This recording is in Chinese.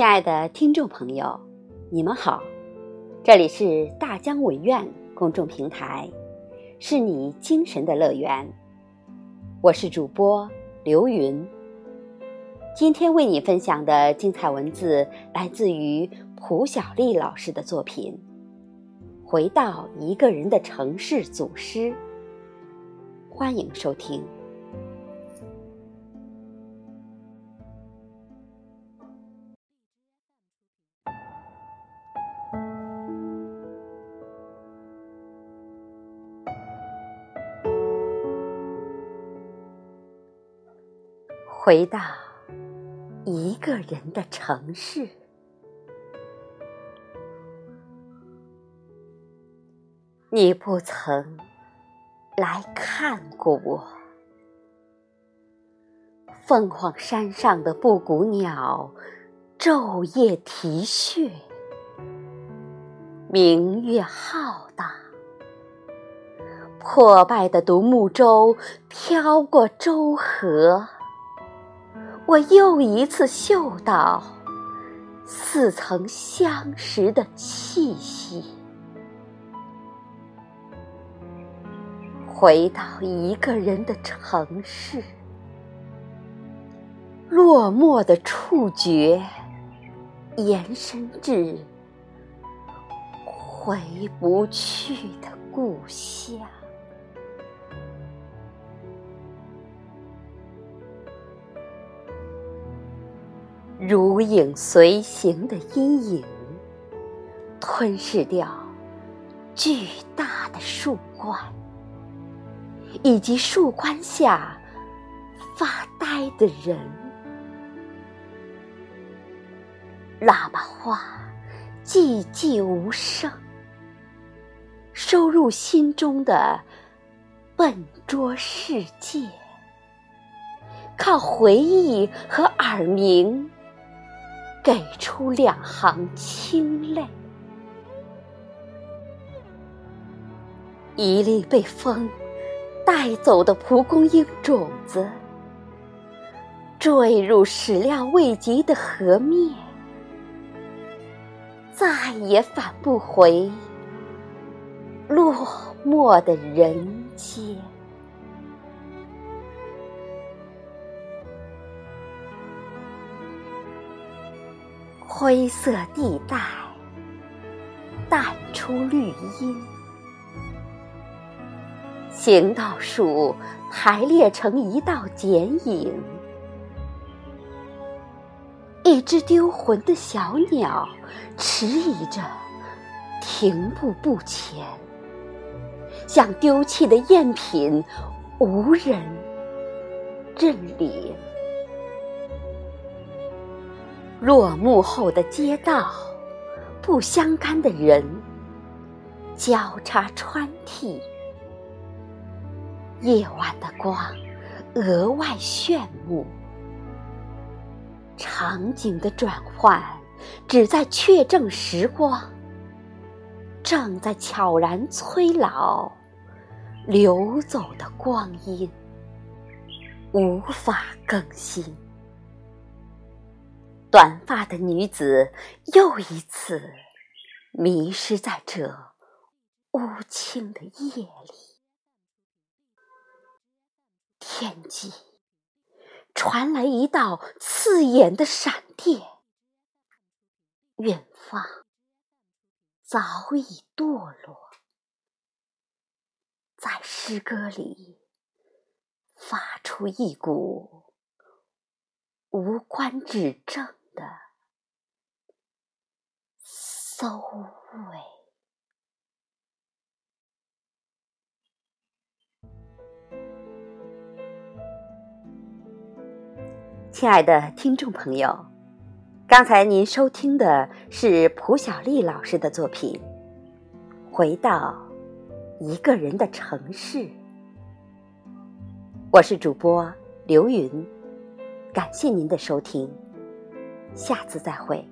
亲爱的听众朋友，你们好，这里是大江文苑公众平台，是你精神的乐园，我是主播刘云。今天为你分享的精彩文字来自于蒲小丽老师的作品《回到一个人的城市》组诗，欢迎收听。回到一个人的城市，你不曾来看过我。凤凰山上的布谷鸟昼夜啼血，明月浩大，破败的独木舟飘过舟河，我又一次嗅到似曾相识的气息。回到一个人的城市，落寞的触觉延伸至回不去的故乡。如影随形的阴影吞噬掉巨大的树冠，以及树冠下发呆的人。喇叭话寂寂无声，收入心中的笨拙世界，靠回忆和耳鸣给出两行清泪。一粒被风带走的蒲公英种子，坠入始料未及的河面，再也返不回落寞的人间。灰色地带淡出绿荫，行道树排列成一道剪影，一只丢魂的小鸟迟疑着停步不前，像丢弃的赝品，无人认领。落幕后的街道，不相干的人交叉穿替，夜晚的光额外炫目，场景的转换只在确证时光正在悄然催老，流走的光阴无法更新。短发的女子又一次迷失在这乌青的夜里。天际传来一道刺眼的闪电，远方早已堕落，在诗歌里发出一股无关指证的馊味。亲爱的听众朋友，刚才您收听的是蒲小丽老师的作品《回到一个人的城市》。我是主播刘云，感谢您的收听，下次再会。